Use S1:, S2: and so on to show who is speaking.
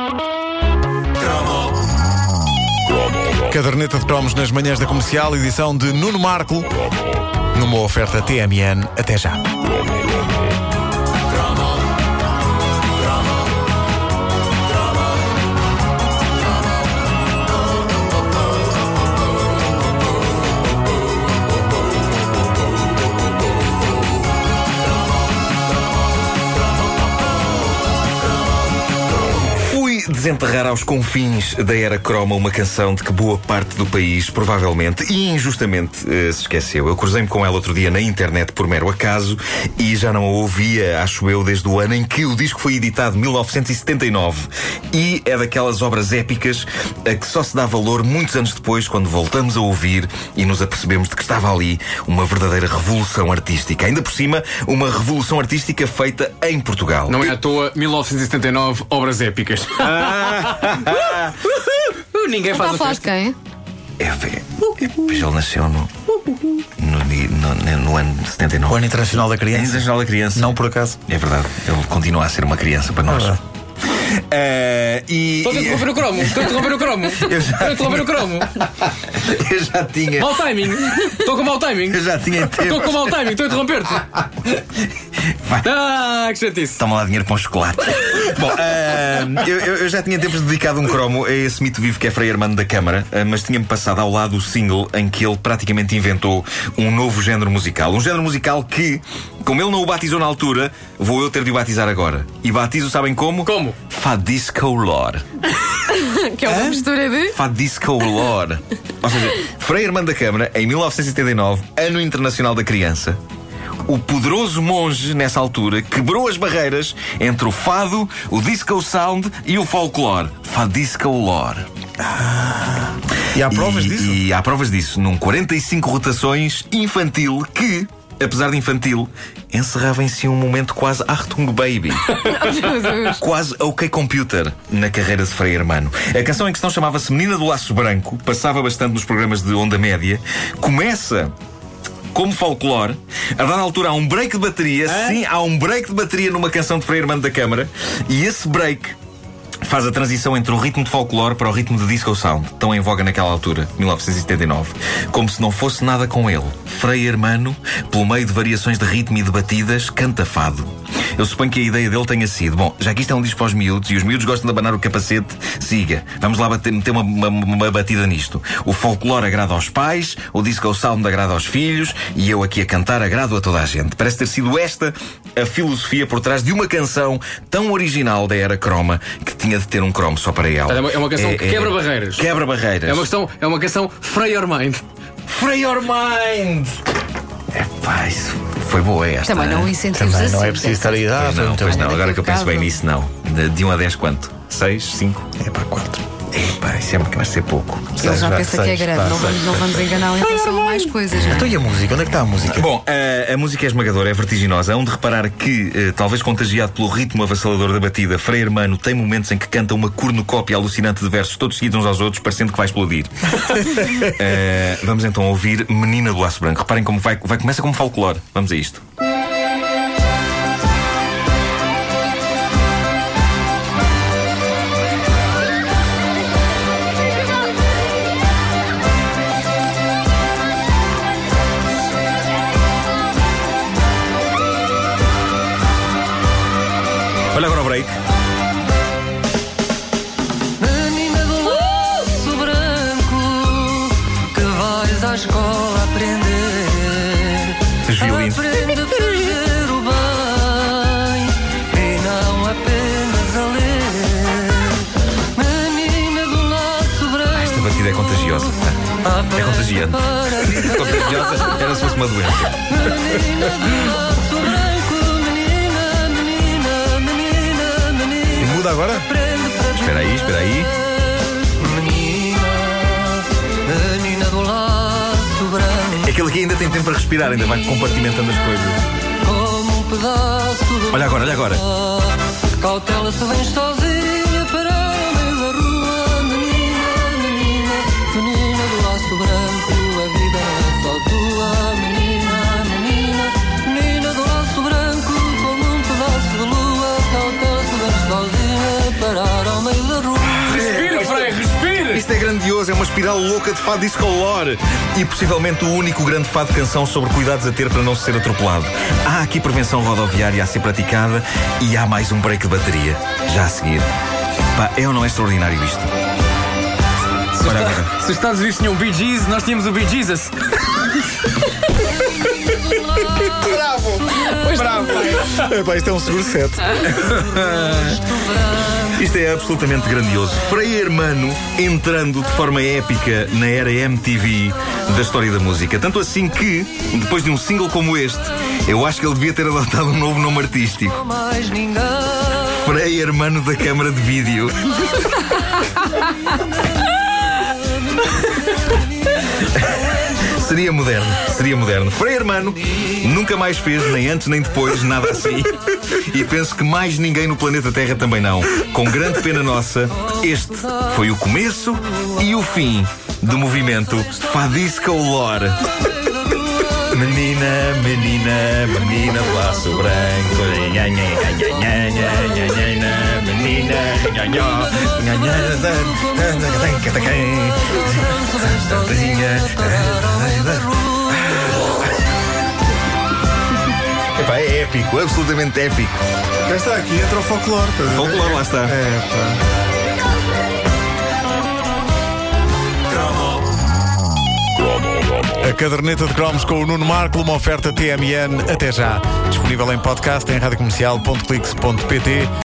S1: Caderneta de cromos nas manhãs da Comercial, edição de Nuno Marco, numa oferta TMN. Até já.
S2: Desenterrar aos confins da era croma uma canção de que boa parte do país, provavelmente e injustamente, se esqueceu. Eu cruzei-me com ela outro dia na internet por mero acaso e já não a ouvia, acho eu, desde o ano em que o disco foi editado, 1979. E é daquelas obras épicas a que só se dá valor muitos anos depois, quando voltamos a ouvir e nos apercebemos de que estava ali uma verdadeira revolução artística. Ainda por cima, uma revolução artística feita em Portugal.
S3: Não é à toa 1979, obras épicas. Ninguém faz a festa.
S4: Quem?
S2: Pois ele nasceu no ano de 79.
S1: O Ano Internacional da Criança.
S2: Internacional da Criança.
S1: Não por acaso.
S2: É verdade. Ele continua a ser uma criança para nós.
S3: Estou a interromper o cromo.
S2: Eu já tinha.
S3: Mau timing. Estou com mau timing.
S2: Eu já tinha tempo.
S3: Estou com mau timing. Estou a interromper-te. Que chatice.
S2: Toma lá dinheiro para um chocolate. Bom, eu já tinha tempos dedicado um cromo a esse mito vivo que é Frei Armando da Câmara, mas tinha-me passado ao lado o single em que ele praticamente inventou um novo género musical. Um género musical que, como ele não o batizou na altura, vou eu ter de o batizar agora. E batizo, sabem como?
S3: Como?
S2: Fadisco Lore.
S4: Que é uma mistura de...
S2: Fadisco Lore. Ou seja, Frei Armando da Câmara, em 1979, Ano Internacional da Criança, o poderoso monge, nessa altura, quebrou as barreiras entre o fado, o disco sound e o folclore. Fadisco Lore.
S1: E há provas disso?
S2: E há provas disso, num 45 rotações infantil que, apesar de infantil, encerrava em si um momento quase Achtung Baby. Quase OK Computer na carreira de Frei Armando. A canção em questão chamava-se Menina do Laço Branco, passava bastante nos programas de onda média. Começa como folclore. A dada altura há um break de bateria. Sim, há um break de bateria numa canção de Frei Armando da Câmara. E esse break faz a transição entre o ritmo de folclore para o ritmo de disco sound, tão em voga naquela altura, 1979. Como se não fosse nada com ele, Frei Armando, pelo meio de variações de ritmo e de batidas, canta fado. Eu suponho que a ideia dele tenha sido: bom, já que isto é um disco para os miúdos e os miúdos gostam de abanar o capacete, siga, vamos lá meter uma batida nisto. O folclore agrada aos pais, o disco sound agrada aos filhos e eu aqui a cantar agrado a toda a gente. Parece ter sido esta a filosofia por trás de uma canção tão original da era croma que tinha de ter um cromo só para ela.
S3: É uma canção que quebra barreiras.
S2: Quebra barreiras.
S3: É uma canção Frei Your Mind.
S2: Frei Your Mind! Epá, isso foi boa esta.
S4: Também não incentivos
S1: Também
S4: assim.
S1: não é preciso estar aí.
S2: Pois não, agora que eu penso bem nisso, não. De 1 a 10 quanto? 6? 5?
S1: É para 4.
S2: Epá, isso é muito capaz de ser pouco.
S4: Ele já pensa que é grande. Não vamos enganar em relação a mais coisas, não é?
S1: Então e a música? Onde é que está a música?
S2: Bom, a música é esmagadora, é vertiginosa. Hão de reparar que, talvez contagiado pelo ritmo avassalador da batida, Frei Armando tem momentos em que canta uma cornucópia alucinante de versos todos seguidos uns aos outros, parecendo que vai explodir. Vamos então ouvir Menina do Laço Branco. Reparem como vai começa como folclore. Vamos a isto. Olha agora o break.
S5: Menina do laço branco, que vais à escola aprender.
S2: Os violinos.
S5: Aprende a fazer o bem e não apenas a ler. Menina do laço branco.
S2: Esta batida é contagiosa. É contagiante. Contagiosa era se fosse uma doença.
S5: Menina do laço branco.
S1: Agora?
S2: Espera aí.
S5: Menina do laço branco.
S2: É aquele que ainda tem tempo para respirar, ainda vai compartimentando as coisas.
S5: Como um pedaço de
S2: Olha agora.
S5: Cautela se vens sozinha para o meio da rua. Menina do laço branco, a vida é só tua. Menina do laço branco, como um pedaço de lua. Cautela se vens sozinha parar ao meio da rua.
S2: Isto é grandioso, é uma espiral louca de fado disco lore. E possivelmente o único grande fado canção sobre cuidados a ter para não se ser atropelado. Há aqui prevenção rodoviária a ser praticada e há mais um break de bateria. Já a seguir. Pá, é ou não é extraordinário isto? Olha agora.
S3: Se os Estados Unidos tinham o Bee Gees, nós tínhamos o Bee Jesus.
S1: Epá, isto é um seguro 7.
S2: Isto é absolutamente grandioso. Frei Hermano entrando de forma épica na era MTV da história da música. Tanto assim que, depois de um single como este, eu acho que ele devia ter adotado um novo nome artístico.
S5: mais ninguém.
S2: Frei Hermano da câmara de vídeo. Seria moderno, seria moderno. Frei Hermano nunca mais fez, nem antes nem depois, nada assim. E penso que mais ninguém no planeta Terra também não. Com grande pena nossa, este foi o começo e o fim do movimento Fadisco Lore. Menina, menina, menina de laço branco. Epá, é épico, absolutamente épico.
S1: Já está aqui, entra o folclore.
S2: Folclore, lá está.
S1: A caderneta de cromos com o Nuno Marco, uma oferta TMN. Até já. Disponível em podcast em radiocomercial.clix.pt